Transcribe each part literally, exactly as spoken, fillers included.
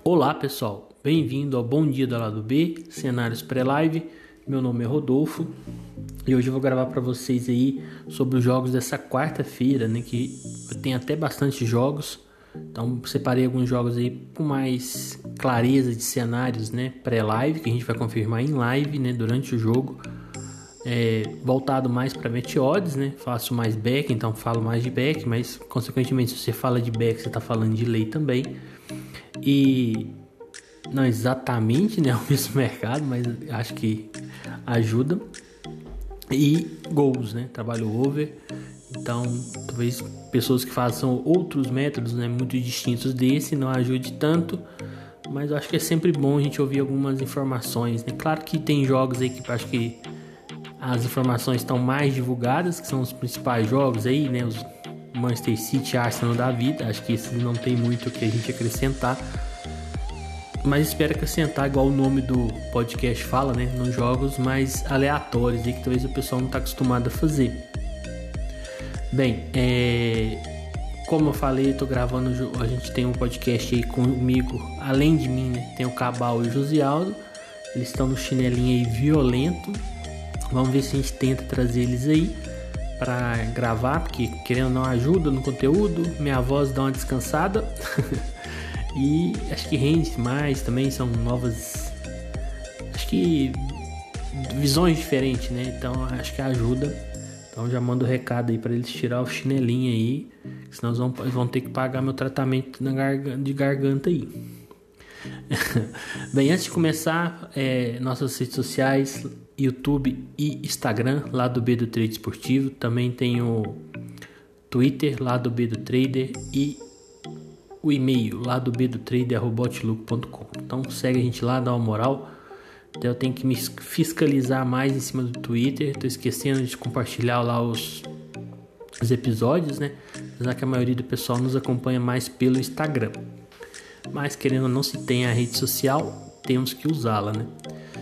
Olá pessoal, bem-vindo ao Bom Dia do Lado B, cenários pré-live. Meu nome é Rodolfo e hoje eu vou gravar para vocês aí sobre os jogos dessa quarta-feira, né? Que tem até bastante jogos, então separei alguns jogos aí com mais clareza de cenários, né? Pré-live, que a gente vai confirmar em live, né? Durante o jogo, é, voltado mais para bet odds, né? Faço mais back, então falo mais de back, mas consequentemente se você fala de back, você está falando de lei também. E não exatamente, né, o mesmo mercado, mas acho que ajuda. E gols, né, trabalho over. Então talvez pessoas que façam outros métodos, né, muito distintos desse não ajude tanto, mas eu acho que é sempre bom a gente ouvir algumas informações, né? Claro que tem jogos aí que eu acho que as informações estão mais divulgadas, que são os principais jogos aí, né, os Manchester City, Arsenal da vida. Acho que esse não tem muito o que a gente acrescentar, mas espero acrescentar, igual o nome do podcast fala, né, nos jogos mais aleatórios e que talvez o pessoal não está acostumado a fazer. Bem, é... como eu falei, estou gravando, a gente tem um podcast aí comigo, além de mim, né, tem o Cabal e o Josialdo. Eles estão no chinelinho aí violento. Vamos ver se a gente tenta trazer eles aí para gravar, porque querendo ou não ajuda no conteúdo, minha voz dá uma descansada e acho que rende mais também, são novas, acho que visões diferentes, né? Então acho que ajuda. Então já mando o recado aí para eles tirar o chinelinho aí, senão eles vão, eles vão ter que pagar meu tratamento na garganta, de garganta aí. Bem, antes de começar, é, nossas redes sociais, YouTube e Instagram, Lado B do Trade Esportivo. Também tem o Twitter, Lado B do Trader, e o e-mail, lado b do trader arroba outlook ponto com. Então segue a gente lá, dá uma moral. Então, eu tenho que me fiscalizar mais em cima do Twitter. Tô esquecendo de compartilhar lá os, os episódios, né? Apesar que a maioria do pessoal nos acompanha mais pelo Instagram. Mas querendo ou não, se tem a rede social, temos que usá-la, né?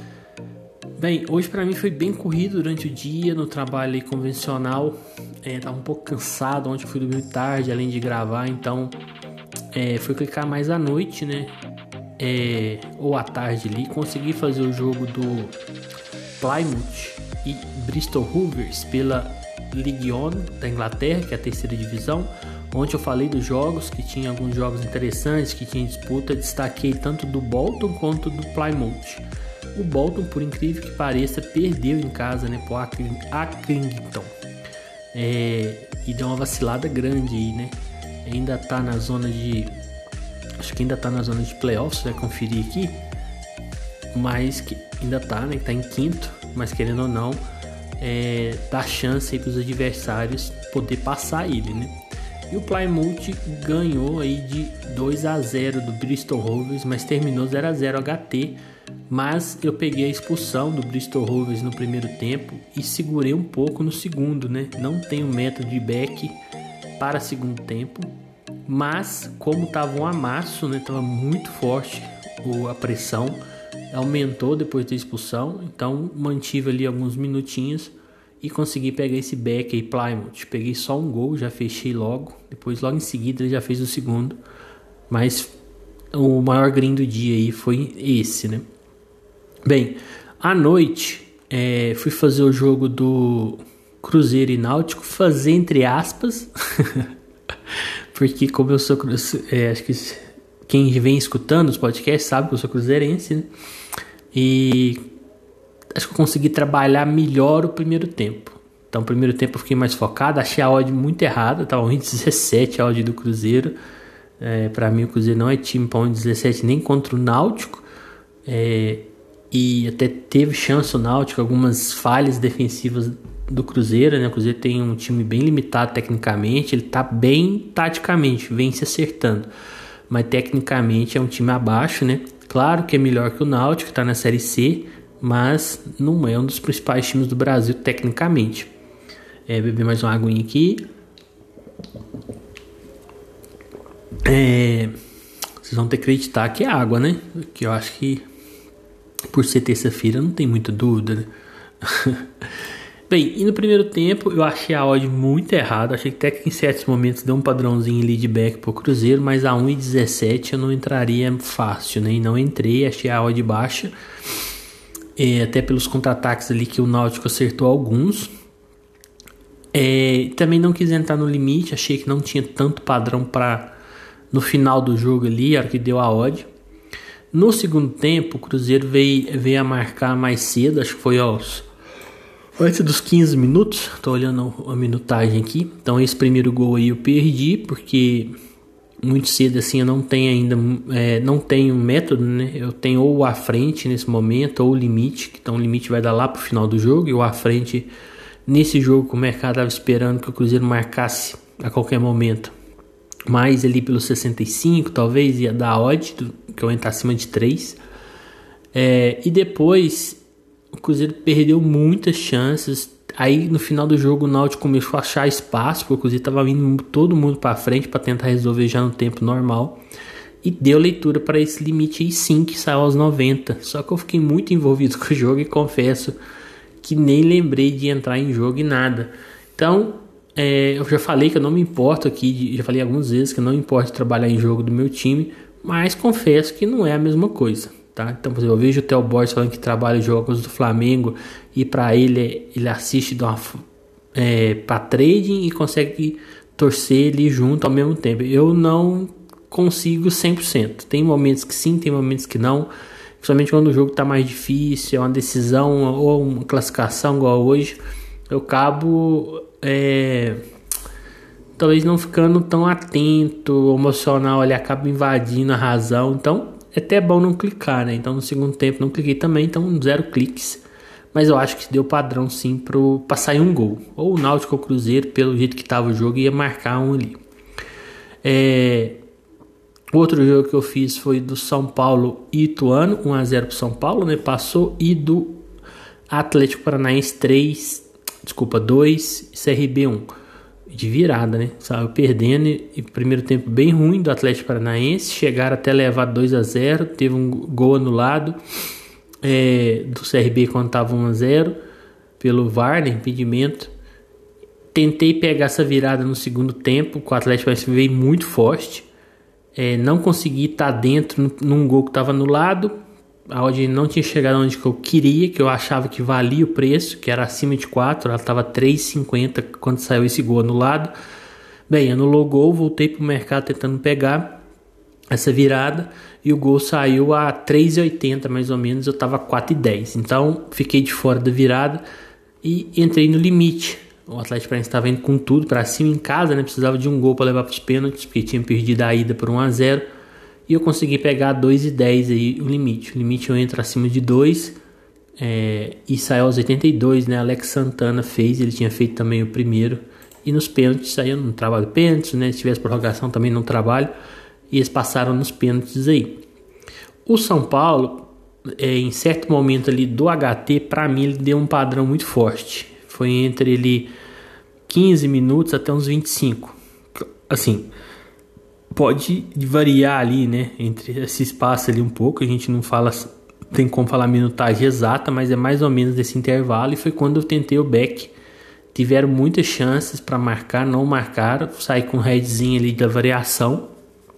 Bem, hoje para mim foi bem corrido durante o dia, no trabalho aí convencional. É, tava um pouco cansado, ontem eu fui dormir tarde, além de gravar, então é, fui clicar mais à noite, né? É, ou à tarde ali, consegui fazer o jogo do Plymouth e Bristol Rovers pela League One da Inglaterra, que é a terceira divisão. Ontem eu falei dos jogos, que tinha alguns jogos interessantes, que tinha disputa, destaquei tanto do Bolton quanto do Plymouth. O Bolton, por incrível que pareça, perdeu em casa, né, pro Accrington, é, e deu uma vacilada grande aí, né? Ainda tá na zona de, acho que ainda tá na zona de playoffs, vai conferir aqui, mas que ainda tá, né, tá em quinto, mas querendo ou não, é, dá chance aí pros adversários poder passar ele, né? E o Plymouth ganhou aí de dois a zero do Bristol Rovers, mas terminou zero a zero H T. Mas eu peguei a expulsão do Bristol Rovers no primeiro tempo e segurei um pouco no segundo, né? Não tenho método de back para segundo tempo, mas como tava um amasso, né? Tava muito forte a pressão, aumentou depois da expulsão, então mantive ali alguns minutinhos e consegui pegar esse back aí, Plymouth. Peguei só um gol, já fechei logo. Depois, logo em seguida, ele já fez o segundo. Mas o maior green do dia aí foi esse, né? Bem, à noite, é, fui fazer o jogo do Cruzeiro e Náutico. Fazer entre aspas. Porque como eu sou... É, acho que quem vem escutando os podcasts sabe que eu sou cruzeirense, né? E acho que eu consegui trabalhar melhor o primeiro tempo. Então, o primeiro tempo eu fiquei mais focado. Achei a odd muito errada. Estava um dezessete a odd do Cruzeiro. É, para mim, o Cruzeiro não é time para um dezessete nem contra o Náutico. É, e até teve chance o Náutico, algumas falhas defensivas do Cruzeiro, né? O Cruzeiro tem um time bem limitado tecnicamente. Ele está bem taticamente, vem se acertando. Mas tecnicamente é um time abaixo, né? Claro que é melhor que o Náutico, que está na Série C, mas não é um dos principais times do Brasil tecnicamente. É, beber mais uma aguinha aqui. É, vocês vão ter que acreditar que é água, né? Que eu acho que por ser terça-feira não tem muita dúvida, né? Bem, e no primeiro tempo eu achei a odd muito errada. Achei que até que em certos momentos deu um padrãozinho ali de back pro Cruzeiro, mas a um e dezessete eu não entraria fácil, né? E não entrei, achei a odd baixa. É, até pelos contra-ataques ali que o Náutico acertou alguns. É, também não quis entrar no limite, achei que não tinha tanto padrão para no final do jogo ali, a hora que deu a odd. No segundo tempo, o Cruzeiro veio, veio a marcar mais cedo, acho que foi aos antes dos quinze minutos, tô olhando a minutagem aqui. Então esse primeiro gol aí eu perdi, porque muito cedo assim eu não tenho ainda, é, não tenho método, né? Eu tenho ou a frente nesse momento, ou o limite, então o limite vai dar lá pro final do jogo, e o à frente nesse jogo que o mercado estava esperando que o Cruzeiro marcasse a qualquer momento. Mais ali pelos sessenta e cinco, talvez, ia dar a odd, que eu entro acima de três. É, e depois o Cruzeiro perdeu muitas chances. Aí no final do jogo o Náutico começou a achar espaço, porque o Cruzeiro estava vindo todo mundo para frente para tentar resolver já no tempo normal. E deu leitura para esse limite aí sim, que saiu aos noventa. Só que eu fiquei muito envolvido com o jogo e confesso que nem lembrei de entrar em jogo e nada. Então, é, eu já falei que eu não me importo aqui, já falei algumas vezes que eu não me importo trabalhar em jogo do meu time, mas confesso que não é a mesma coisa. Tá? Então, por exemplo, eu vejo o Theo Borges falando que trabalha jogos do Flamengo e para ele ele assiste é, para trading e consegue torcer ali junto ao mesmo tempo. Eu não consigo cem por cento. Tem momentos que sim, tem momentos que não. Principalmente quando o jogo está mais difícil, é uma decisão ou uma classificação igual hoje, eu acabo é, talvez não ficando tão atento, emocional, ele acaba invadindo a razão. Então é até bom não clicar, né? Então no segundo tempo não cliquei também, então zero cliques. Mas eu acho que deu padrão sim para sair um gol. Ou o Náutico ou o Cruzeiro, pelo jeito que estava o jogo, ia marcar um ali. É, outro jogo que eu fiz foi do São Paulo e Ituano, um a zero para São Paulo, né? Passou. E do Atlético Paranaense três, desculpa, dois, C R B um. De virada, né? Saiu perdendo e primeiro tempo bem ruim do Atlético Paranaense. Chegaram até levar dois a zero. Teve um gol anulado é, do C R B quando estava um a zero pelo V A R, né? Impedimento. Tentei pegar essa virada no segundo tempo, com o Atlético Paranaense veio muito forte. É, não consegui estar dentro num gol que estava anulado. A odd não tinha chegado onde que eu queria, que eu achava que valia o preço, que era acima de quatro, ela estava três e cinquenta quando saiu esse gol anulado. Bem, anulou o gol, voltei para o mercado tentando pegar essa virada, e o gol saiu a três e oitenta mais ou menos, eu estava quatro e dez. Então fiquei de fora da virada e entrei no limite. O Atlético Paranaense estava indo com tudo para cima em casa, né? Precisava de um gol para levar para os pênaltis, porque tinha perdido a ida por um a zero. E eu consegui pegar dois e dez aí o limite. O limite eu entro acima de dois é, e saiu aos oitenta e dois, né? Alex Santana fez, ele tinha feito também o primeiro. E nos pênaltis, aí eu não trabalho pênaltis, né? Se tivesse prorrogação também não trabalho. E eles passaram nos pênaltis aí. O São Paulo, é, em certo momento ali do H T, para mim ele deu um padrão muito forte. Foi entre ele quinze minutos até uns vinte e cinco. Assim, pode variar ali, né, entre esse espaço ali um pouco, a gente não fala, tem como falar a minutagem exata, mas é mais ou menos desse intervalo, e foi quando eu tentei o back. Tiveram muitas chances para marcar, não marcaram, saí com o headzinho ali da variação,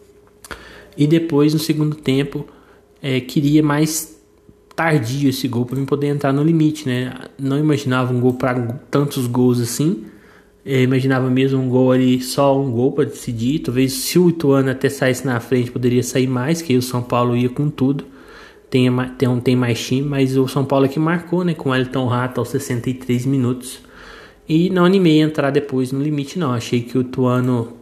e depois no segundo tempo é, queria mais tardio esse gol para mim poder entrar no limite, né? Não imaginava um gol para tantos gols assim. Eu imaginava mesmo um gol ali, só um gol para decidir. Talvez se o Ituano até saísse na frente, poderia sair mais, que aí o São Paulo ia com tudo. Tem, tem, tem mais time, mas o São Paulo é que marcou, né? Com o Elton Rato aos sessenta e três minutos. E não animei a entrar depois no limite, não. Achei que o Ituano...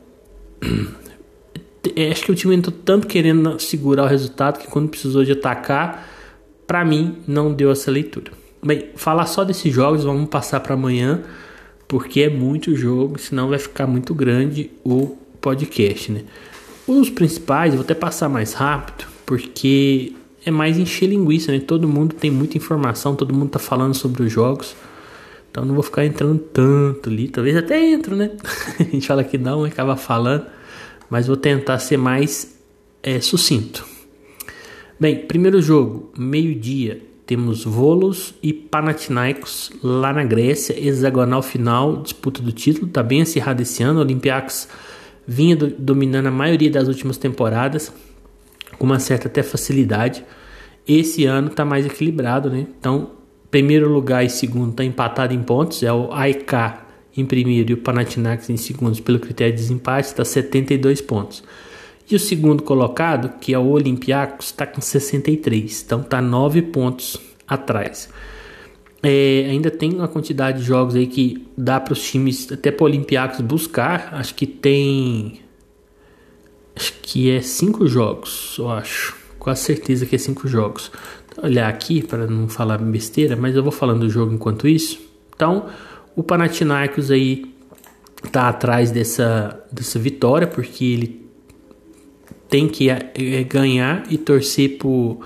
Acho que o time entrou tanto querendo segurar o resultado que quando precisou de atacar, para mim, não deu essa leitura. Bem, falar só desses jogos, vamos passar para amanhã, porque é muito jogo, senão vai ficar muito grande o podcast, né? Os principais, eu vou até passar mais rápido, porque é mais encher linguiça, né? Todo mundo tem muita informação, todo mundo tá falando sobre os jogos, então não vou ficar entrando tanto ali, talvez até entro, né? A gente fala que não, acaba falando, mas vou tentar ser mais é, sucinto. Bem, primeiro jogo, meio-dia, temos Volos e Panathinaikos lá na Grécia, hexagonal final, disputa do título, tá bem acirrado esse ano. O Olympiacos vinha do, dominando a maioria das últimas temporadas, com uma certa até facilidade. Esse ano tá mais equilibrado, né? Então, primeiro lugar e segundo tá empatado em pontos, é o A E K em primeiro e o Panathinaikos em segundo pelo critério de desempate, está setenta e dois pontos. E o segundo colocado, que é o Olympiacos, está com sessenta e três, então está nove pontos atrás. É, ainda tem uma quantidade de jogos aí que dá para os times, até para o Olympiacos buscar. Acho que tem, acho que é cinco jogos, eu acho, com certeza que é cinco jogos. Vou olhar aqui para não falar besteira, mas eu vou falando do jogo enquanto isso. Então, o Panathinaikos aí está atrás dessa, dessa vitória, porque ele tem que é, é, ganhar e torcer por...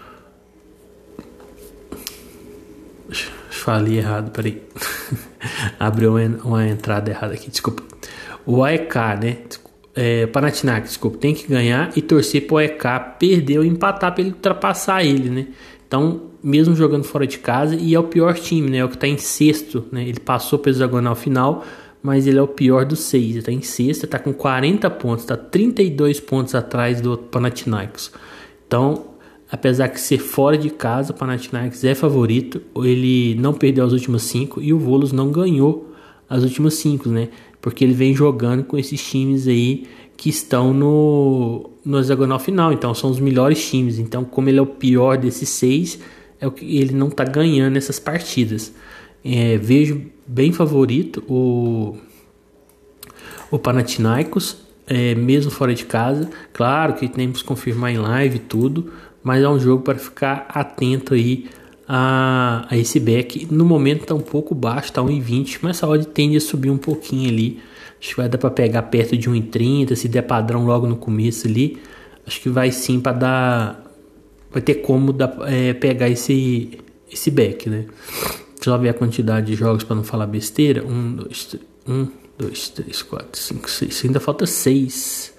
Falei errado, peraí. Abriu uma, uma entrada errada aqui, desculpa. O A E K, né? É, Panathinaikos, desculpa. Tem que ganhar e torcer pro A E K perder ou empatar para ele ultrapassar ele, né? Então, mesmo jogando fora de casa, e é o pior time, né? É o que tá em sexto, né? Ele passou pelo hexagonal final, mas ele é o pior dos seis. Ele tá em sexta, tá com quarenta pontos, tá trinta e dois pontos atrás do Panathinaikos. Então, apesar de ser fora de casa, o Panathinaikos é favorito. Ele não perdeu as últimas cinco e o Volos não ganhou as últimas cinco, né? Porque ele vem jogando com esses times aí que estão no, no hexagonal final. Então, são os melhores times. Então, como ele é o pior desses seis, é o que ele não tá ganhando essas partidas. É, vejo bem favorito o, o Panathinaikos, é, mesmo fora de casa. Claro que temos que confirmar em live e tudo, mas é um jogo para ficar atento aí a, a esse back. No momento está um pouco baixo, está um e vinte, mas essa odd tende a subir um pouquinho ali. Acho que vai dar para pegar perto de um e trinta, se der padrão logo no começo ali. Acho que vai sim para dar, vai ter como dar, é, pegar esse, esse back, né? Deixa eu ver a quantidade de jogos para não falar besteira. Um, dois, três, um, dois, três, quatro, cinco, seis. Ainda falta seis.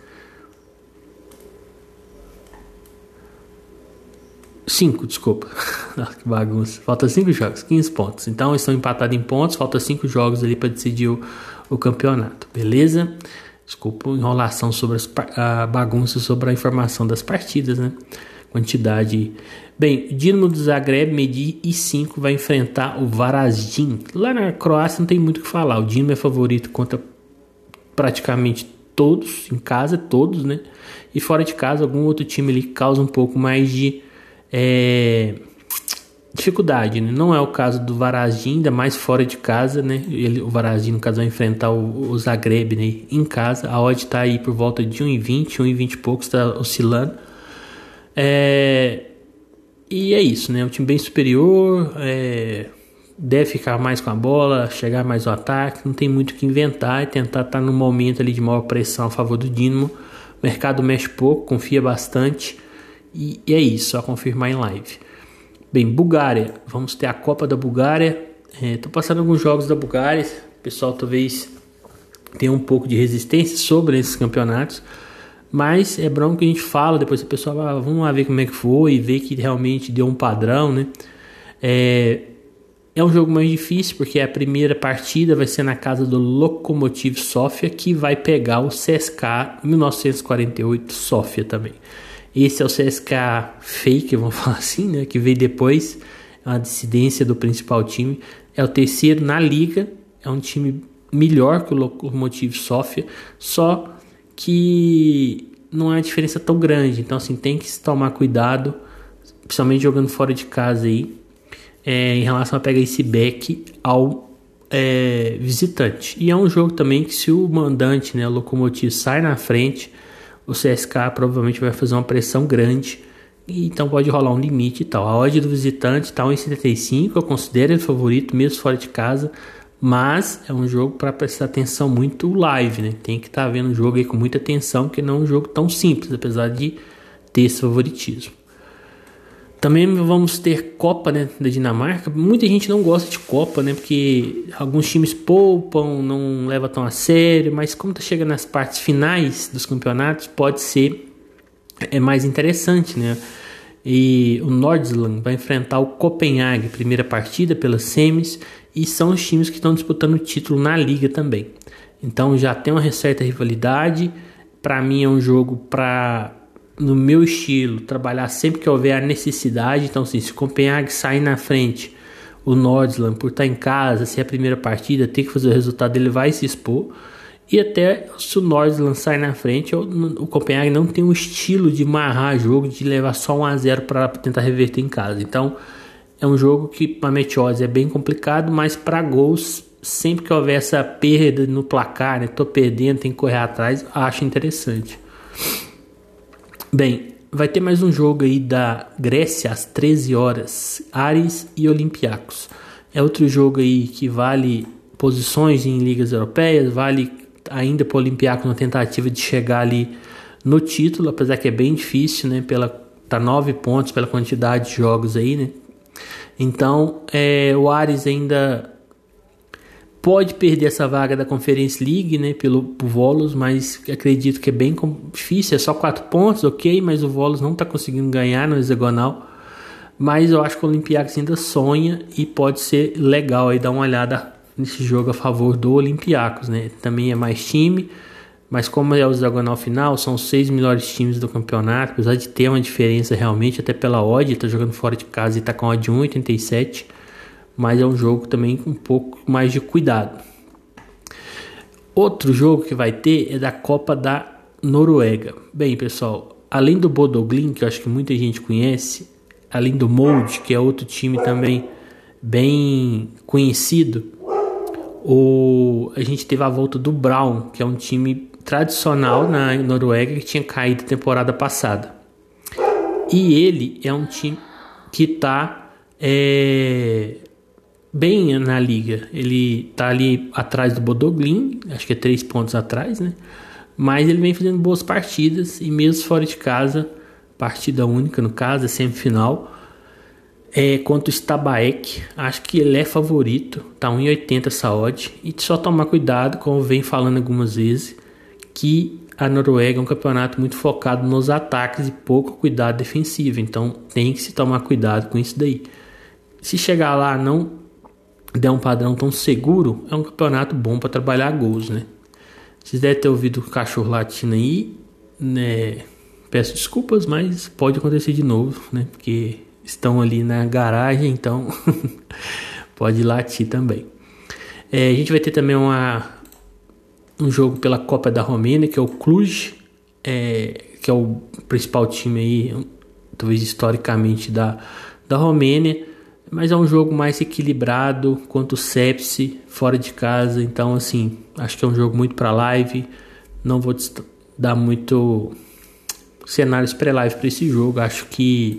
Cinco, desculpa. Que bagunça. Falta cinco jogos, quinze pontos. Então estão empatados em pontos. Falta cinco jogos ali para decidir o, o campeonato. Beleza? Desculpa a enrolação sobre as, a bagunça sobre a informação das partidas, né? Quantidade. Bem, o Dinamo do Zagreb, meio e cinco, vai enfrentar o Varaždin. Lá na Croácia não tem muito o que falar. O Dinamo é favorito contra praticamente todos, em casa todos, né? E fora de casa, algum outro time ali causa um pouco mais de é, dificuldade, né? Não é o caso do Varaždin, ainda mais fora de casa, né? Ele, o Varaždin, no caso, vai enfrentar o, o Zagreb, né? Em casa. A odd está aí por volta de um e vinte, um e vinte e poucos, está oscilando. É, e é isso, né? Um time bem superior, é, deve ficar mais com a bola, chegar mais ao ataque, não tem muito o que inventar e tentar estar no momento ali de maior pressão a favor do Dinamo. O mercado mexe pouco, confia bastante e, e é isso, só confirmar em live. Bem, Bulgária, vamos ter a Copa da Bulgária. Estou é, passando alguns jogos da Bulgária, o pessoal talvez tenha um pouco de resistência sobre esses campeonatos. Mas é bom que a gente fala, depois o pessoal ah, vamos lá ver como é que foi e ver que realmente deu um padrão, né? É, é um jogo mais difícil porque a primeira partida vai ser na casa do Lokomotiv Sofia, que vai pegar o C S K A mil novecentos e quarenta e oito Sofia também. Esse é o C S K A fake, vamos falar assim, né? Que veio depois, a dissidência do principal time. É o terceiro na liga, é um time melhor que o Lokomotiv Sofia, só que não é uma diferença tão grande. Então assim, tem que se tomar cuidado, principalmente jogando fora de casa aí, é, em relação a pegar esse back ao é, visitante. E é um jogo também que, se o mandante, né, o Lokomotiv, sai na frente, o C S K A provavelmente vai fazer uma pressão grande, e então pode rolar um limite e tal. A odd do visitante está um e setenta e cinco, eu considero ele favorito mesmo fora de casa. Mas é um jogo para prestar atenção muito live, né? Tem que estar tá vendo o jogo aí com muita atenção, que não é um jogo tão simples, apesar de ter esse favoritismo. Também vamos ter Copa, né, da Dinamarca. Muita gente não gosta de Copa, né? Porque alguns times poupam, não leva tão a sério, mas como tá chegando nas partes finais dos campeonatos, pode ser é mais interessante, né? E o Nordsjælland vai enfrentar o Copenhague, primeira partida pelas semis, e são os times que estão disputando o título na liga também. Então já tem uma certa rivalidade. Para mim é um jogo para, no meu estilo, trabalhar sempre que houver a necessidade. Então assim, se o Copenhague sair na frente, o Nordsjælland, por estar em casa, se é a primeira partida, tem que fazer o resultado, ele vai se expor. E até se o Nordsjælland sair na frente, o, o Copenhague não tem um estilo de marrar jogo, de levar só um a zero para tentar reverter em casa. Então é um jogo que para Meteors é bem complicado, mas para gols, sempre que houver essa perda no placar, né, tô perdendo, tem que correr atrás, acho interessante. Bem, vai ter mais um jogo aí da Grécia às treze horas, Aris e Olympiacos. É outro jogo aí que vale posições em ligas europeias, vale ainda para o Olympiacos na tentativa de chegar ali no título, apesar que é bem difícil, né, pela tá nove pontos pela quantidade de jogos aí, né? Então, é, o Aris ainda pode perder essa vaga da Conference League, né, pelo pro Volos, mas acredito que é bem difícil, é só quatro pontos, ok, mas o Volos não está conseguindo ganhar no hexagonal, mas eu acho que o Olympiacos ainda sonha e pode ser legal aí dar uma olhada nesse jogo a favor do Olympiacos, né, também é mais time, mas como é o hexagonal final, são os seis melhores times do campeonato, apesar de ter uma diferença realmente, até pela odd, tá jogando fora de casa e tá com a odd um vírgula oitenta e sete, mas é um jogo também com um pouco mais de cuidado. Outro jogo que vai ter é da Copa da Noruega. Bem, pessoal, além do Bodø Glimt, que eu acho que muita gente conhece, além do Molde, que é outro time também bem conhecido, o, a gente teve a volta do Braun, que é um time tradicional na Noruega que tinha caído temporada passada. E ele é um time que está é, bem na liga. Ele está ali atrás do Bodø Glimt, acho que é três pontos atrás, né? Mas ele vem fazendo boas partidas e mesmo fora de casa, partida única no caso, é semifinal, é, contra o Stabæk, acho que ele é favorito, tá um vírgula oitenta essa odd, e só tomar cuidado, como vem falando algumas vezes, que a Noruega é um campeonato muito focado nos ataques e pouco cuidado defensivo, então tem que se tomar cuidado com isso daí. Se chegar lá não der um padrão tão seguro, é um campeonato bom para trabalhar gols, né? Vocês devem ter ouvido o cachorro latindo aí, né? Peço desculpas, mas pode acontecer de novo, né? Porque estão ali na garagem, então pode latir também. É, a gente vai ter também uma, um jogo pela Copa da Romênia, que é o Cluj, é, que é o principal time aí, talvez historicamente da, da Romênia, mas é um jogo mais equilibrado quanto o Sepsi, fora de casa, então assim, acho que é um jogo muito para live, não vou dar muito cenários pré-live para esse jogo, acho que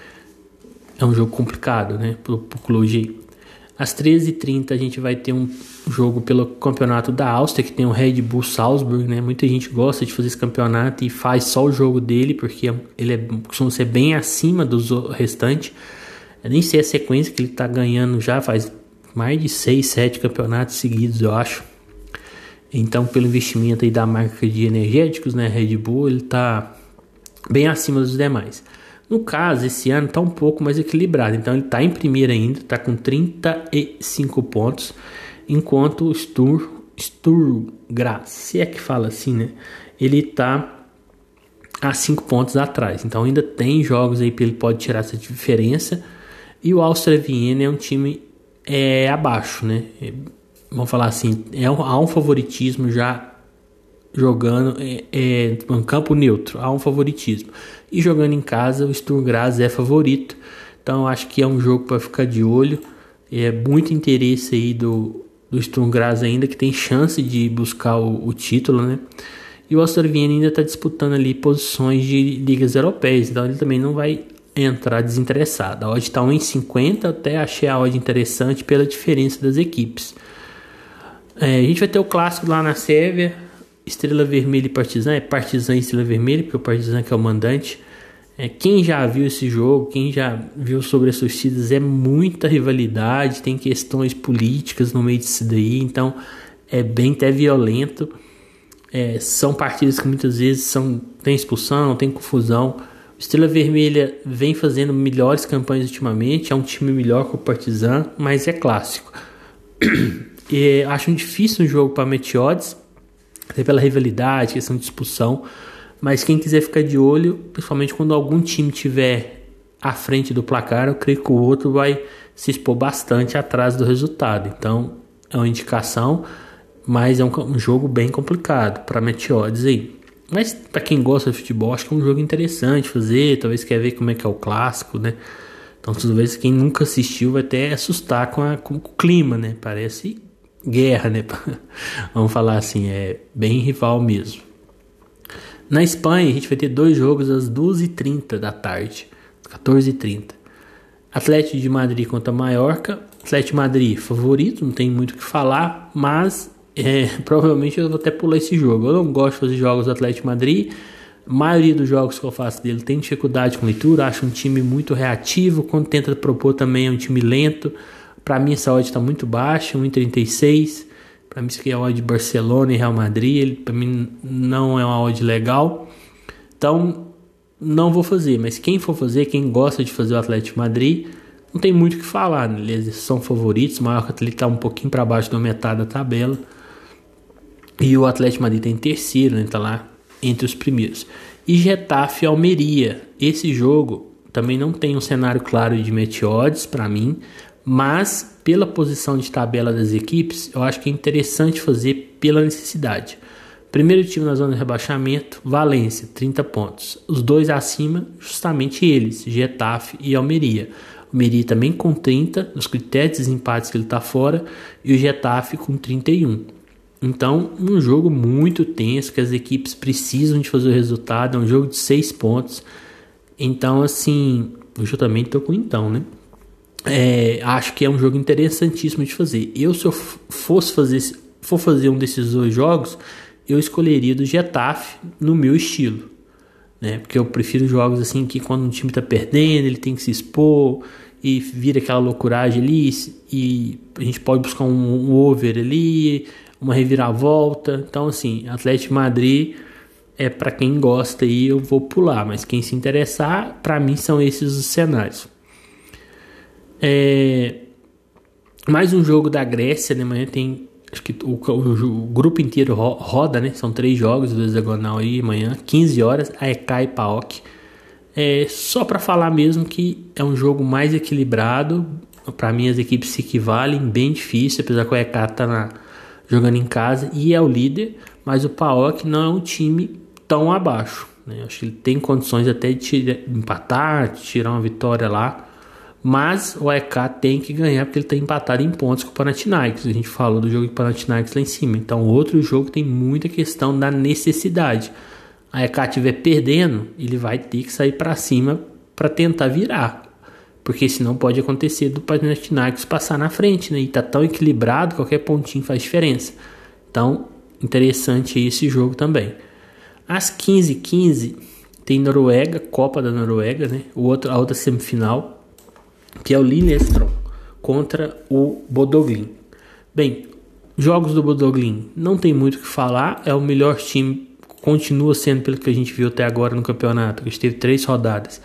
é um jogo complicado, né, pro, pro Cluj. Às treze e trinta a gente vai ter um jogo pelo campeonato da Áustria, que tem o Red Bull Salzburg, né, muita gente gosta de fazer esse campeonato e faz só o jogo dele, porque ele é, costuma ser bem acima dos restantes. Eu nem sei a sequência que ele tá ganhando já, faz mais de seis, sete campeonatos seguidos, eu acho. Então, pelo investimento aí da marca de energéticos, né, Red Bull, ele tá bem acima dos demais. No caso, esse ano está um pouco mais equilibrado, então ele está em primeiro ainda, está com trinta e cinco pontos, enquanto o Stur, Sturm Graz, se é que fala assim, né? Ele está a cinco pontos atrás, então ainda tem jogos aí para ele pode tirar essa diferença, e o Áustria Viena é um time é, abaixo, né? É, vamos falar assim, é, há um favoritismo já jogando é, é, em campo neutro, há um favoritismo. E jogando em casa, o Sturm Graz é favorito. Então acho que é um jogo para ficar de olho. É muito interesse aí do, do Sturm Graz ainda, que tem chance de buscar o, o título, né? E o Áustria Viena ainda está disputando ali posições de ligas europeias. Então ele também não vai entrar desinteressado. A odd está um vírgula cinquenta, até achei a odd interessante pela diferença das equipes. É, a gente vai ter o clássico lá na Sérvia, Estrela Vermelha e Partizan, é Partizan e Estrela Vermelha, porque o Partizan que é o mandante. É, quem já viu esse jogo, quem já viu sobre as torcidas, é muita rivalidade, tem questões políticas no meio disso daí, então é bem até violento. É, são partidas que muitas vezes são, tem expulsão, tem confusão, Estrela Vermelha vem fazendo melhores campanhas ultimamente, é um time melhor que o Partizan, mas é clássico. E acho difícil um jogo para Meteodes, até pela rivalidade, questão de expulsão, mas quem quiser ficar de olho, principalmente quando algum time tiver à frente do placar, eu creio que o outro vai se expor bastante atrás do resultado. Então é uma indicação, mas é um, um jogo bem complicado para Meteodes aí. Mas para quem gosta de futebol, acho que é um jogo interessante fazer, talvez quer ver como é que é o clássico, né? Então talvez quem nunca assistiu vai até assustar com, a, com o clima, né? Parece guerra, né? Vamos falar assim, é bem rival mesmo. Na Espanha a gente vai ter dois jogos às duas e trinta da tarde, quatorze e trinta. Atlético de Madrid contra Mallorca. Atlético de Madrid favorito, não tem muito o que falar, mas é, provavelmente eu vou até pular esse jogo. Eu não gosto de fazer jogos do Atlético de Madrid. A maioria dos jogos que eu faço dele tem dificuldade com leitura, acho um time muito reativo, quando tenta propor também é um time lento. Para mim essa odd está muito baixa, um e trinta e seis. Para mim isso aqui é a odd de Barcelona e Real Madrid, ele para mim não é uma odd legal. Então não vou fazer, mas quem for fazer, quem gosta de fazer o Atlético de Madrid, não tem muito o que falar, né? Eles são favoritos, o Mallorca está um pouquinho para baixo da metade da tabela. E o Atlético de Madrid está em terceiro, né? Está lá entre os primeiros. E Getafe e Almeria. Esse jogo também não tem um cenário claro de Meteodes para mim, mas pela posição de tabela das equipes, eu acho que é interessante fazer pela necessidade. Primeiro time na zona de rebaixamento, Valência, trinta pontos. Os dois acima, justamente eles, Getafe e Almeria. Almeria também com trinta, nos critérios de desempates que ele está fora, e o Getafe com trinta e um. Então, um jogo muito tenso, que as equipes precisam de fazer o resultado, é um jogo de seis pontos. Então, assim, hoje eu também estou com então, né? É, acho que é um jogo interessantíssimo de fazer. Eu, se eu fosse fazer, for fazer um desses dois jogos, eu escolheria do Getafe no meu estilo, né? Porque eu prefiro jogos assim que quando um time está perdendo, ele tem que se expor e vira aquela loucuragem ali, e a gente pode buscar um, um over ali, uma reviravolta. Então assim, Atlético de Madrid é para quem gosta aí, eu vou pular, mas quem se interessar, para mim são esses os cenários. É, mais um jogo da Grécia, né? Amanhã tem, acho que o, o, o grupo inteiro ro, roda, né? São três jogos do hexagonal aí amanhã, quinze horas, A E K e P A O K. É, só para falar mesmo que é um jogo mais equilibrado. Para mim as equipes se equivalem, bem difícil, apesar que o A E K tá na, jogando em casa e é o líder, mas o P A O K não é um time tão abaixo, né? Acho que ele tem condições até de tira, empatar, de tirar uma vitória lá. Mas o A E K tem que ganhar porque ele está empatado em pontos com o Panathinaikos. A gente falou do jogo de Panathinaikos lá em cima. Então outro jogo tem muita questão da necessidade. A E K estiver perdendo, ele vai ter que sair para cima para tentar virar. Porque senão pode acontecer do Panathinaikos passar na frente, né? E tá tão equilibrado, qualquer pontinho faz diferença. Então interessante esse jogo também. Às quinze e quinze tem Noruega, Copa da Noruega, né? O outro, a outra semifinal, que é o Lillestrøm contra o Bodø/Glimt. Bem, jogos do Bodø/Glimt não tem muito o que falar, é o melhor time, continua sendo pelo que a gente viu até agora no campeonato, que teve três rodadas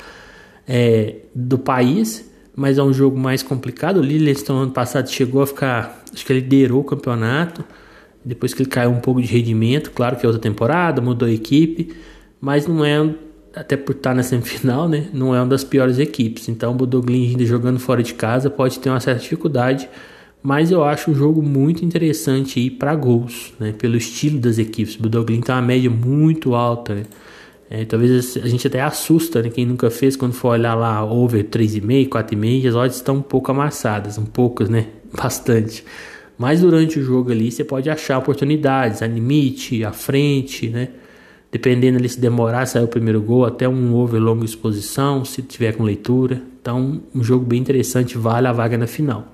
é, do país, mas é um jogo mais complicado. O Lillestrøm ano passado chegou a ficar, acho que ele liderou o campeonato, depois que ele caiu um pouco de rendimento, claro que é outra temporada, mudou a equipe, mas não é, até por estar na semifinal, né, não é uma das piores equipes. Então o Bodø/Glimt ainda jogando fora de casa pode ter uma certa dificuldade, mas eu acho um jogo muito interessante aí para gols, né, pelo estilo das equipes. O Bodø/Glimt tem uma média muito alta, né? É, talvez a gente até assusta, né, quem nunca fez, quando for olhar lá over três e meio, quatro e meio, as odds estão um pouco amassadas, um pouco, né, bastante. Mas durante o jogo ali você pode achar oportunidades, a limite, à frente, né? Dependendo ali se demorar, sair o primeiro gol, até um over longa exposição, se tiver com leitura. Então, um jogo bem interessante, vale a vaga na final.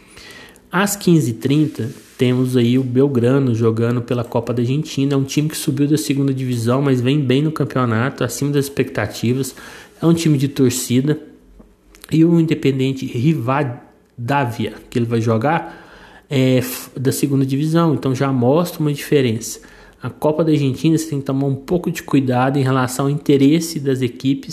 Às quinze e trinta, temos aí o Belgrano jogando pela Copa da Argentina. É um time que subiu da segunda divisão, mas vem bem no campeonato, acima das expectativas. É um time de torcida. E o Independente Rivadavia, que ele vai jogar, é da segunda divisão. Então, já mostra uma diferença. A Copa da Argentina você tem que tomar um pouco de cuidado em relação ao interesse das equipes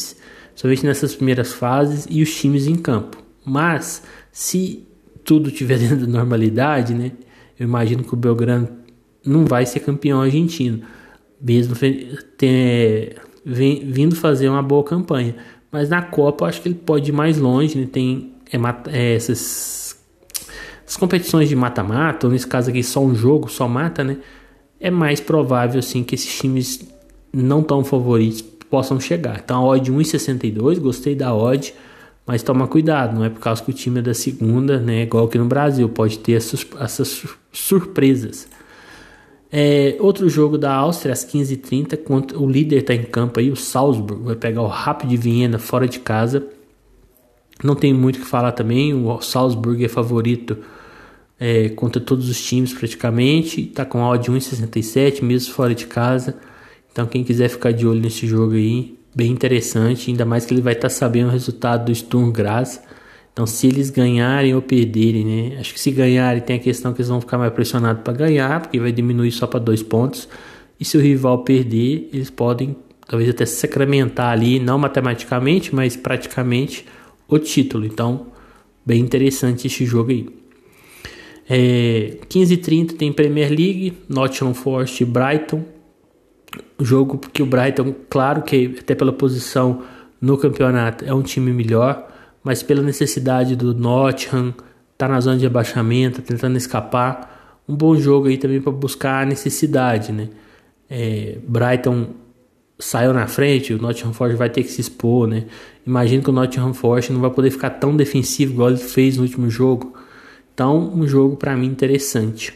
somente nessas primeiras fases e os times em campo. Mas se tudo estiver dentro da normalidade, né, eu imagino que o Belgrano não vai ser campeão argentino, mesmo ter, vem, vindo fazer uma boa campanha. Mas na Copa eu acho que ele pode ir mais longe, né? Tem é, é, essas, essas competições de mata-mata, ou nesse caso aqui só um jogo, só mata, né? É mais provável assim, que esses times não tão favoritos possam chegar. Então a odd um e sessenta e dois, gostei da odd, mas toma cuidado, não é por causa que o time é da segunda, né? Igual aqui no Brasil, pode ter essas, essas surpresas. É, outro jogo da Áustria, às quinze e trinta, contra, o líder está em campo aí, o Salzburg, vai pegar o Rapid de Viena fora de casa. Não tem muito o que falar também, o Salzburg é favorito é, contra todos os times praticamente, está com a odd um e sessenta e sete, mesmo fora de casa. Então quem quiser ficar de olho nesse jogo aí, bem interessante, ainda mais que ele vai estar tá sabendo o resultado do Sturm Graz. Então se eles ganharem ou perderem, né? Acho que se ganharem tem a questão que eles vão ficar mais pressionados para ganhar, porque vai diminuir só para dois pontos. E se o rival perder, eles podem talvez até se sacramentar ali, não matematicamente, mas praticamente o título. Então, bem interessante esse jogo aí. É, quinze e trinta tem Premier League, Nottingham Forest e Brighton. O jogo porque o Brighton, claro que até pela posição no campeonato é um time melhor, mas pela necessidade do Nottingham, tá na zona de abaixamento, tentando escapar, um bom jogo aí também para buscar a necessidade, né? É, Brighton saiu na frente, o Nottingham Forest vai ter que se expor, né? Imagino que o Nottingham Forest não vai poder ficar tão defensivo igual ele fez no último jogo. Então, um jogo para mim interessante.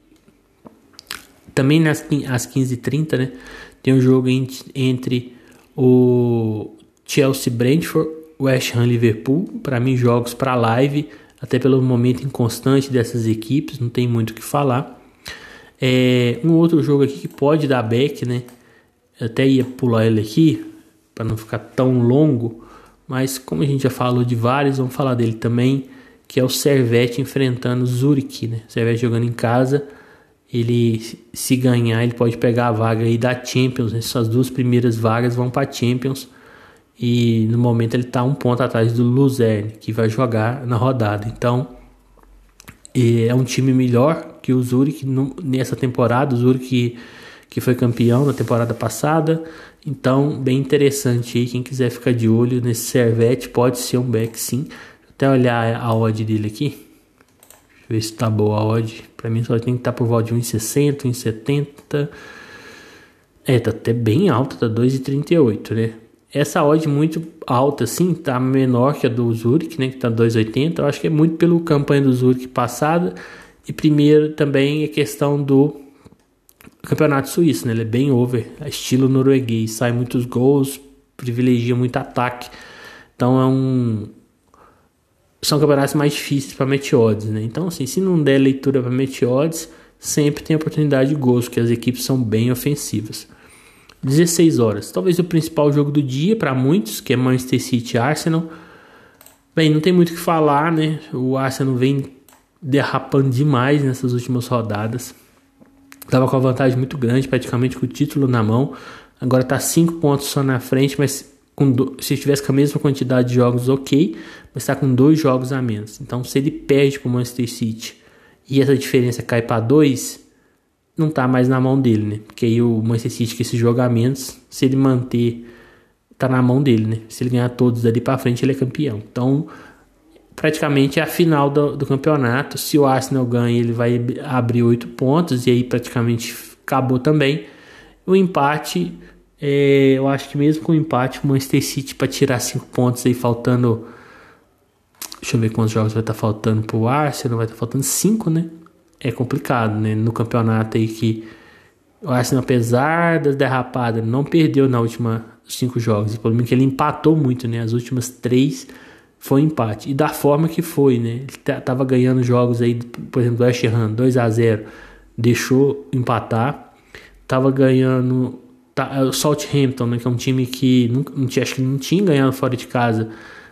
Também nas, às quinze e trinta, né? Tem um jogo entre o Chelsea Brentford, West Ham Liverpool, para mim jogos para live, até pelo momento inconstante dessas equipes, não tem muito o que falar. É, um outro jogo aqui que pode dar back, né? Eu até ia pular ele aqui, para não ficar tão longo, mas como a gente já falou de vários, vamos falar dele também, que é o Servette enfrentando o Zurich, né? O Servette jogando em casa, ele se ganhar, ele pode pegar a vaga aí da Champions, né? Essas duas primeiras vagas vão para a Champions. E no momento ele está um ponto atrás do Luzerne, que vai jogar na rodada. Então é um time melhor que o Zurich nessa temporada. O Zurich que, que foi campeão na temporada passada. Então bem interessante aí. Quem quiser ficar de olho nesse Servette pode ser um back sim. Vou até olhar a odd dele aqui. Deixa eu ver se está boa a odd. Para mim só tem que estar por volta de um e sessenta, um e setenta. É, tá até bem alta, tá dois e trinta e oito, né? Essa odd muito alta, assim, tá menor que a do Zurich, né, que tá dois e oitenta. Eu acho que é muito pelo campanha do Zurich passada. E primeiro também a questão do campeonato suíço, né? Ele é bem over, estilo norueguês. Sai muitos gols, privilegia muito ataque. Então é um... são campeonatos mais difíceis para match odds, né? Então, assim, se não der leitura para match odds, sempre tem oportunidade de gols, porque as equipes são bem ofensivas. dezesseis horas, talvez o principal jogo do dia para muitos, que é Manchester City e Arsenal. Bem, não tem muito o que falar, né? O Arsenal vem derrapando demais nessas últimas rodadas. Tava com a vantagem muito grande, praticamente com o título na mão. Agora tá cinco pontos só na frente, mas com do... se tivesse com a mesma quantidade de jogos, ok, mas tá com dois jogos a menos. Então, se ele perde pro Manchester City e essa diferença cai para dois, não tá mais na mão dele, né? Porque aí o Manchester City, que esses jogamentos, se ele manter, tá na mão dele, né? Se ele ganhar todos dali pra frente, ele é campeão. Então, praticamente é a final do, do campeonato. Se o Arsenal ganha, ele vai abrir oito pontos, e aí praticamente acabou também. O empate, é, eu acho que mesmo com o empate, o Manchester City para tirar cinco pontos aí, faltando... Deixa eu ver quantos jogos vai estar tá faltando pro Arsenal, vai estar tá faltando cinco, né? É complicado, né? No campeonato aí que o Arsenal, apesar das derrapadas, não perdeu na última cinco jogos. O problema é que ele empatou muito, né? As últimas três foi empate. E da forma que foi, né? Ele tava ganhando jogos aí, por exemplo, do West Ham dois a zero, deixou empatar. Tava ganhando tá, o Southampton, né? Que é um time que não, não tinha, acho que não tinha ganhado fora de casa.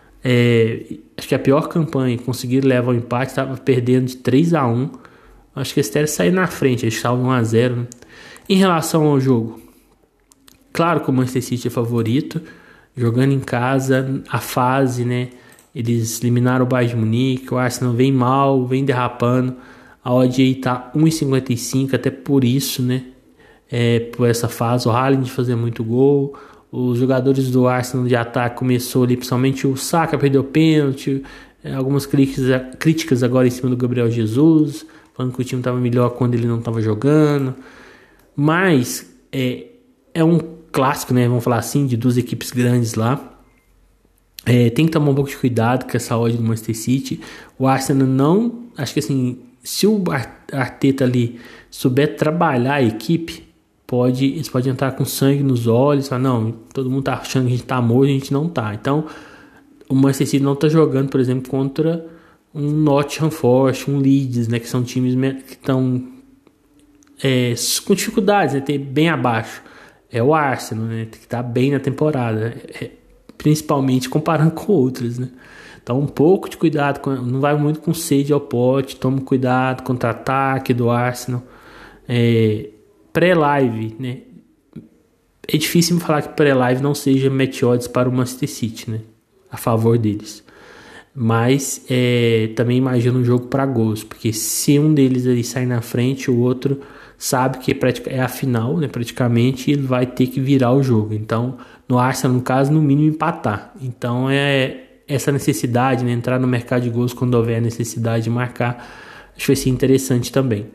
É, acho que a pior campanha, conseguiram levar o empate, tava perdendo de três a um. Acho que eles devem sair na frente, eles estavam um a zero. Né? Em relação ao jogo, claro que o Manchester City é favorito. jogando em casa, a fase, né? Eles eliminaram o Bayern de Munique, o Arsenal vem mal, vem derrapando. A odd aí tá um e cinquenta e cinco, até por isso, né? É, por essa fase, o Haaland fazer muito gol. Os jogadores do Arsenal de ataque começou ali, principalmente o Saka perdeu pênalti. É, algumas críticas, críticas agora em cima do Gabriel Jesus, falando que o time estava melhor quando ele não estava jogando. Mas é, é um clássico, né? Vamos falar assim, de duas equipes grandes lá. É, tem que tomar um pouco de cuidado com essa odd do Manchester City. O Arsenal não... Acho que assim, se o Arteta ali souber trabalhar a equipe, pode, eles podem entrar com sangue nos olhos. Falar, não, todo mundo tá achando que a gente tá morto, a gente não tá. Então, o Manchester City não tá jogando, por exemplo, contra um Nottingham Forest, um Leeds, né? Que são times que estão é, com dificuldades, né? Tem bem abaixo. É o Arsenal, né? Que tá bem na temporada. É, principalmente comparando com outros, né? Então um pouco de cuidado, com, não vai muito com sede ao pote, tome cuidado, contra-ataque do Arsenal. É, pré-live, né? É difícil me falar que pré-live não seja match odds para o Manchester City, né? A favor deles. Mas é, também imagino um jogo para gols, porque se um deles ali sair na frente, o outro sabe que é a final, né, praticamente, e ele vai ter que virar o jogo. Então, no Arsenal, no caso, no mínimo empatar. Então, é essa necessidade, né, entrar no mercado de gols quando houver necessidade de marcar, acho que vai ser interessante também.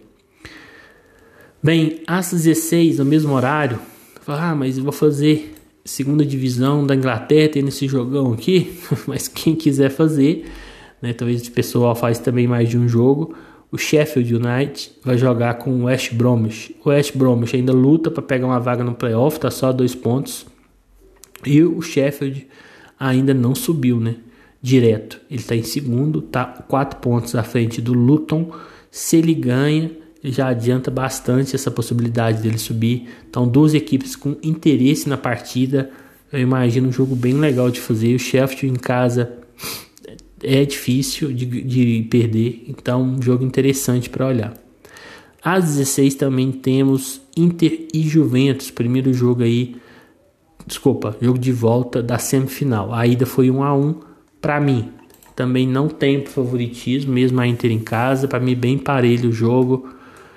Bem, às dezesseis, no mesmo horário, eu falo, ah, mas eu vou fazer segunda divisão da Inglaterra, tem nesse jogão aqui, mas quem quiser fazer, né, talvez o pessoal faz também mais de um jogo. O Sheffield United vai jogar com o West Bromwich. O West Bromwich ainda luta para pegar uma vaga no playoff, tá só dois pontos. E o Sheffield ainda não subiu, né? Direto. Ele está em segundo, tá quatro pontos à frente do Luton. Se ele ganha, ele já adianta bastante essa possibilidade dele subir. Então, duas equipes com interesse na partida. Eu imagino um jogo bem legal de fazer. O Sheffield em casa é difícil de, de perder, então um jogo interessante para olhar. Às dezesseis também temos Inter e Juventus, primeiro jogo aí, desculpa, jogo de volta da semifinal. A ida foi um a um para mim. Também não tem favoritismo, mesmo a Inter em casa, para mim bem parelho o jogo.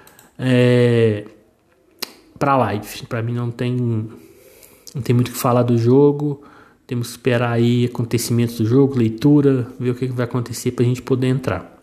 É, para live, para mim não tem não tem muito o que falar do jogo. Temos que esperar aí acontecimentos do jogo, leitura, ver o que vai acontecer para a gente poder entrar.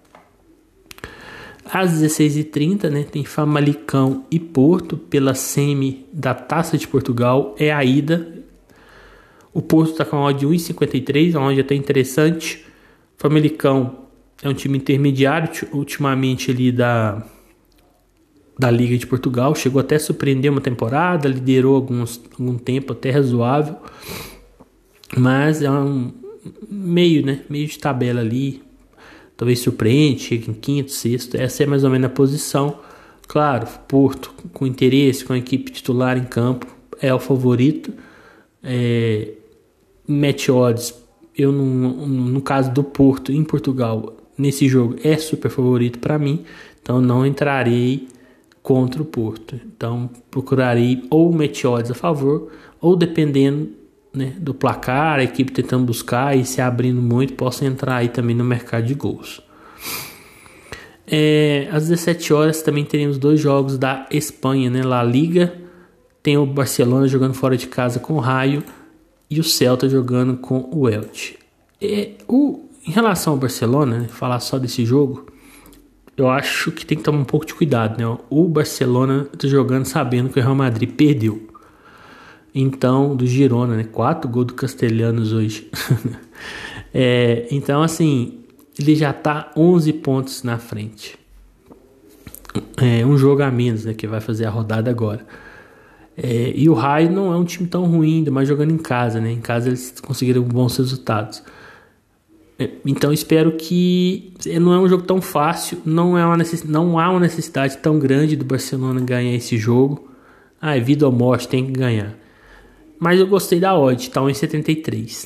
Às dezesseis e trinta, né, tem Famalicão e Porto pela semi da Taça de Portugal. É a ida. O Porto está com a odd de um e cinquenta e três, uma odd até interessante. O Famalicão é um time intermediário ultimamente ali da, da Liga de Portugal. Chegou até a surpreender uma temporada, liderou alguns, algum tempo até razoável. Mas é um meio, né? Meio de tabela ali. Talvez surpreende, chega em quinto, sexto. Essa é mais ou menos a posição. Claro, Porto com interesse, com a equipe titular em campo, é o favorito. É, match odds, eu no, no caso do Porto em Portugal, nesse jogo é super favorito para mim. Então não entrarei contra o Porto. Então procurarei ou match odds a favor, ou dependendo, né, do placar, a equipe tentando buscar e se abrindo muito, posso entrar aí também no mercado de gols. É, às dezessete horas também teremos dois jogos da Espanha, né, La Liga. Tem o Barcelona jogando fora de casa com o Raio e o Celta jogando com o Elche. É, o, em relação ao Barcelona, né, falar só desse jogo, eu acho que tem que tomar um pouco de cuidado, né? O Barcelona está jogando sabendo que o Real Madrid perdeu. Então, do Girona, né? Quatro gols do Castelhanos hoje. é, então, assim, ele já tá onze pontos na frente. É um jogo a menos, né? Que vai fazer a rodada agora. É, e o Raio não é um time tão ruim, ainda mais jogando em casa, né? Em casa eles conseguiram bons resultados. É, então, espero que... Não é um jogo tão fácil, não, é uma necess... não há uma necessidade tão grande do Barcelona ganhar esse jogo. Ah, é vida ou morte, tem que ganhar. Mas eu gostei da odd, tá um e setenta e três.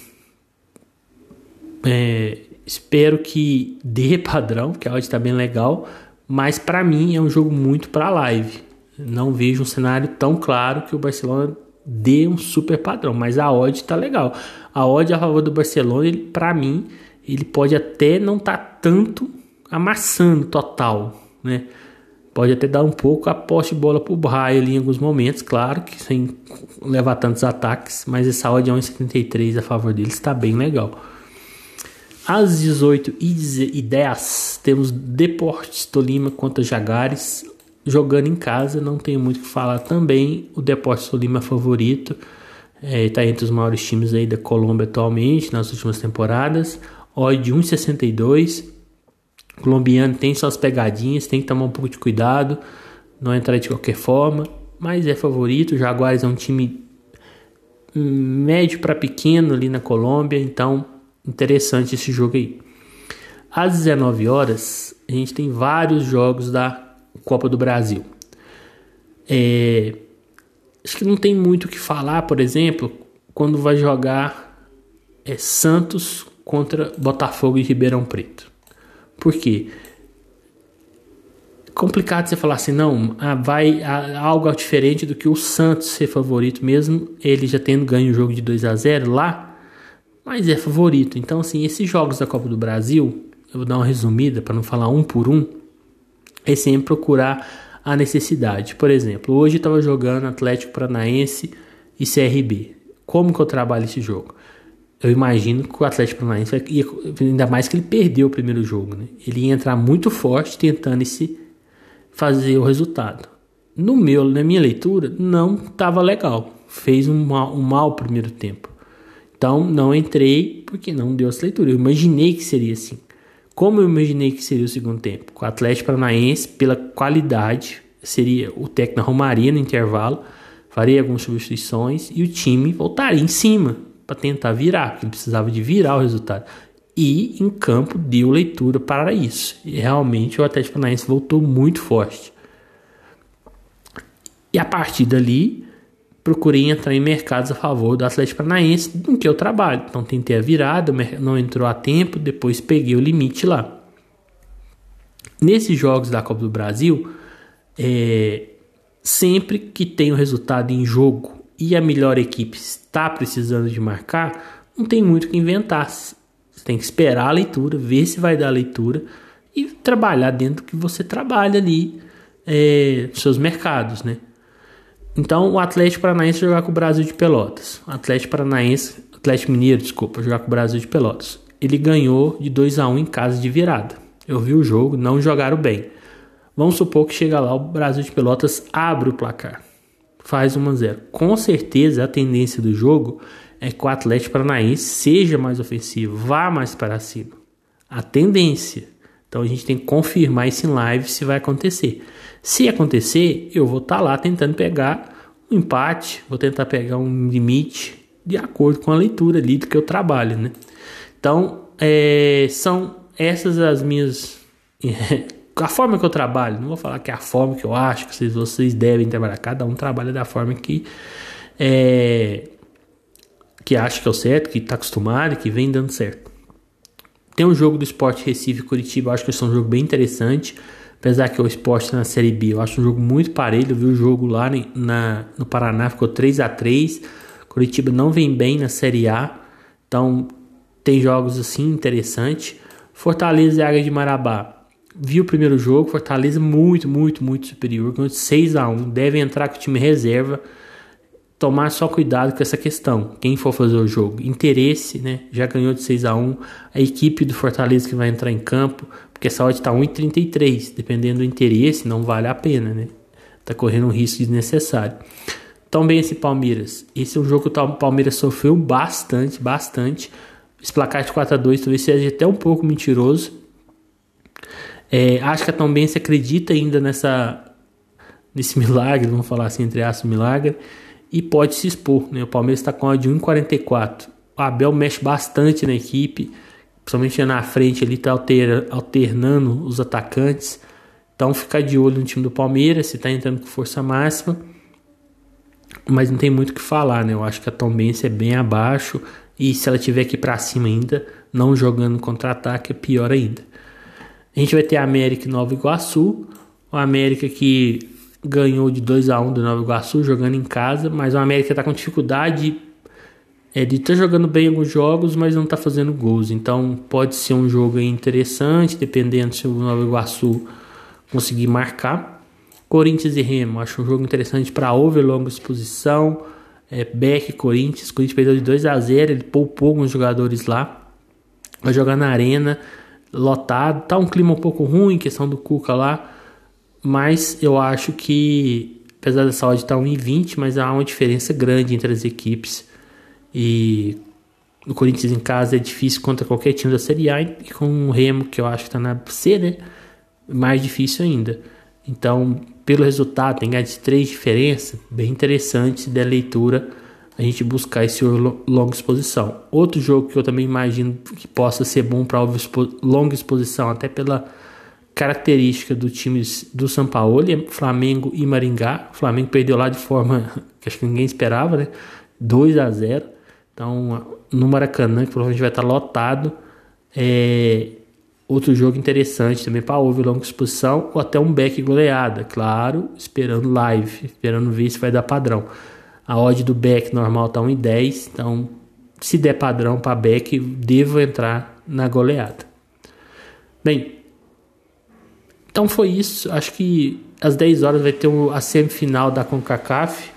É, espero que dê padrão, porque a odd tá bem legal. Mas para mim é um jogo muito para live. Não vejo um cenário tão claro que o Barcelona dê um super padrão. Mas a odd tá legal. A odd a favor do Barcelona, ele, pra mim, ele pode até não estar tá tanto amassando total, né? Pode até dar um pouco a posse de bola pro Braille ali em alguns momentos, claro, que sem levar tantos ataques, mas essa odd é um vírgula setenta e três a favor dele, está bem legal. Às dezoito e dez, temos Deportes Tolima contra Jaguares, jogando em casa, não tenho muito o que falar também. O Deportes Tolima é favorito, está é, entre os maiores times aí da Colômbia atualmente, nas últimas temporadas. Odd de um vírgula sessenta e dois, o colombiano tem suas pegadinhas, tem que tomar um pouco de cuidado, não entrar de qualquer forma, mas é favorito. O Jaguares é um time médio para pequeno ali na Colômbia, então interessante esse jogo aí. Às dezenove horas, a gente tem vários jogos da Copa do Brasil. É, acho que não tem muito o que falar, por exemplo, quando vai jogar é, Santos contra Botafogo e Ribeirão Preto. Por quê? É complicado você falar assim, não, ah, vai ah, algo diferente do que o Santos ser favorito, mesmo ele já tendo ganho o jogo de dois a zero lá, mas é favorito. Então, assim, esses jogos da Copa do Brasil, eu vou dar uma resumida para não falar um por um, é sempre procurar a necessidade. Por exemplo, hoje estava jogando Atlético Paranaense e C R B. Como que eu trabalho esse jogo? Eu imagino que o Atlético Paranaense, ia, ainda mais que ele perdeu o primeiro jogo, né? Ele ia entrar muito forte tentando esse, fazer o resultado. No meu, na minha leitura, não estava legal. Fez um mal, um mal primeiro tempo. Então, não entrei porque não deu essa leitura. Eu imaginei que seria assim. Como eu imaginei que seria o segundo tempo? Com o Atlético Paranaense, pela qualidade, seria o técnico arrumaria no intervalo, faria algumas substituições e o time voltaria em cima para tentar virar, porque ele precisava de virar o resultado. E em campo deu leitura para isso. E realmente o Atlético Paranaense voltou muito forte. E a partir dali, procurei entrar em mercados a favor do Atlético Paranaense, em que eu trabalho. Então tentei a virada, não entrou a tempo, depois peguei o limite lá. Nesses jogos da Copa do Brasil, é, sempre que tem o resultado em jogo e a melhor equipe está precisando de marcar, não tem muito o que inventar. Você tem que esperar a leitura, ver se vai dar a leitura e trabalhar dentro do que você trabalha ali, é, nos seus mercados, né? Então, o Atlético Paranaense jogar com o Brasil de Pelotas. O Atlético Paranaense, Atlético Mineiro, desculpa, jogar com o Brasil de Pelotas. Ele ganhou de dois a um em casa de virada. Eu vi o jogo, não jogaram bem. Vamos supor que chega lá, o Brasil de Pelotas abre o placar. Faz um a zero. Com certeza, a tendência do jogo é que o Atlético Paranaense seja mais ofensivo, vá mais para cima. A tendência. Então, a gente tem que confirmar isso em live se vai acontecer. Se acontecer, eu vou estar tá lá tentando pegar um empate, vou tentar pegar um limite de acordo com a leitura ali do que eu trabalho, né? Então, é, são essas as minhas... a forma que eu trabalho, não vou falar que é a forma que eu acho que vocês, vocês devem trabalhar, cada um trabalha da forma que é, que acha que é o certo, que está acostumado, que vem dando certo. Tem um jogo do Sport Recife e Curitiba, eu acho que esse é um jogo bem interessante, apesar que o Sport está na Série B, eu acho um jogo muito parelho. Eu vi o jogo lá na, no Paraná, ficou três a três, Curitiba não vem bem na Série A, então tem jogos assim interessantes. Fortaleza e Águia de Marabá, vi o primeiro jogo, Fortaleza muito, muito, muito superior, ganhou de seis a um, deve entrar com o time reserva, tomar só cuidado com essa questão, quem for fazer o jogo, interesse, né, já ganhou de seis a um, a equipe do Fortaleza que vai entrar em campo, porque essa odd está um e trinta e três, dependendo do interesse, não vale a pena, né, tá correndo um risco desnecessário. Também esse Palmeiras, esse é um jogo que o Palmeiras sofreu bastante, bastante, esse placar de quatro a dois talvez seja até um pouco mentiroso. É, acho que a Tombense acredita ainda nessa, nesse milagre, vamos falar assim, entre aspas, milagre, e pode se expor, né? O Palmeiras está com a de um e quarenta e quatro. O Abel mexe bastante na equipe, principalmente na frente, ele está alter, alternando os atacantes. Então ficar de olho no time do Palmeiras, se está entrando com força máxima, mas não tem muito o que falar, né? Eu acho que a Tombense é bem abaixo, e se ela tiver aqui para cima ainda, não jogando contra-ataque, é pior ainda. A gente vai ter a América e Nova Iguaçu. O América que ganhou de dois a um do Nova Iguaçu, jogando em casa. Mas o América está com dificuldade é de estar tá jogando bem alguns jogos, mas não tá fazendo gols. Então pode ser um jogo aí interessante, dependendo se o Nova Iguaçu conseguir marcar. Corinthians e Remo, acho um jogo interessante para over, longa exposição. É, Beck Corinthians, Corinthians perdeu de dois a zero, ele poupou alguns jogadores lá. Vai jogar na arena, lotado. Tá um clima um pouco ruim, questão do Cuca lá. Mas eu acho que, apesar dessa odd estar um e vinte, mas há uma diferença grande entre as equipes. E o Corinthians em casa é difícil contra qualquer time da Série A. E com o Remo, que eu acho que está na C, né? Mais difícil ainda. Então, pelo resultado, tem de três diferenças. Bem interessante da leitura a gente buscar esse longa exposição. Outro jogo que eu também imagino que possa ser bom para longa exposição, até pela característica do time do São Paulo, é Flamengo e Maringá. O Flamengo perdeu lá de forma que acho que ninguém esperava, né? dois a zero. Então, no Maracanã, que provavelmente vai estar lotado. É outro jogo interessante também para ouvir longa exposição, ou até um back goleada, claro, esperando live, esperando ver se vai dar padrão. A odd do back normal está um e dez, então se der padrão para back, devo entrar na goleada. Bem, então foi isso. Acho que às dez horas vai ter a semifinal da CONCACAF.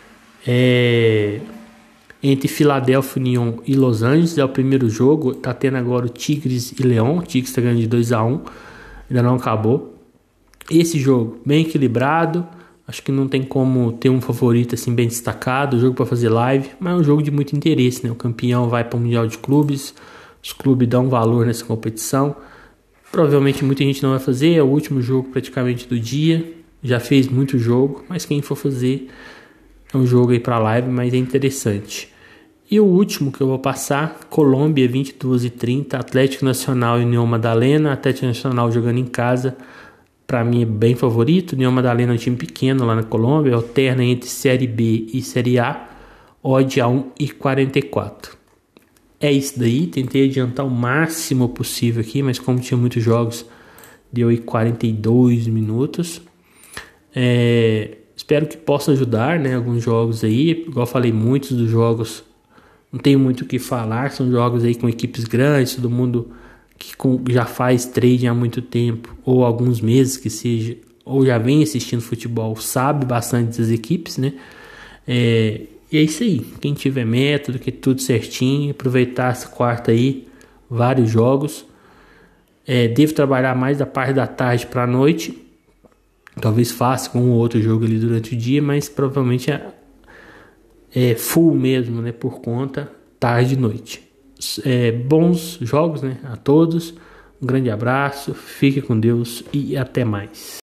É... entre Philadelphia Union e Los Angeles, é o primeiro jogo. Tá tendo agora o Tigres e Leão. O Tigres está ganhando de dois a um, ainda não acabou. Esse jogo bem equilibrado, acho que não tem como ter um favorito assim bem destacado. O jogo para fazer live, mas é um jogo de muito interesse, né? O campeão vai para o Mundial de Clubes, os clubes dão valor nessa competição. Provavelmente muita gente não vai fazer, é o último jogo praticamente do dia. Já fez muito jogo, mas quem for fazer é um jogo aí para live, mas é interessante. E o último que eu vou passar, Colômbia, vinte e duas e trinta, Atlético Nacional e União Madalena. Atlético Nacional jogando em casa, para mim é bem favorito. União Madalena é um time pequeno lá na Colômbia, alterna entre Série B e Série A, odd a um e quarenta e quatro. É isso daí, tentei adiantar o máximo possível aqui, mas como tinha muitos jogos, deu aí quarenta e dois minutos. É... Espero que possa ajudar, né? Alguns jogos aí, igual eu falei, muitos dos jogos não tenho muito o que falar, são jogos aí com equipes grandes, todo mundo que com, já faz trading há muito tempo, ou alguns meses que seja, ou já vem assistindo futebol, sabe bastante das equipes, né? É, e é isso aí, quem tiver método, que tudo certinho, aproveitar essa quarta aí, vários jogos. É, devo trabalhar mais da parte da tarde para a noite. Talvez faça com um outro jogo ali durante o dia, mas provavelmente é, é full mesmo, né? Por conta, tarde e noite. É, bons jogos, né? A todos. Um grande abraço, fique com Deus e até mais.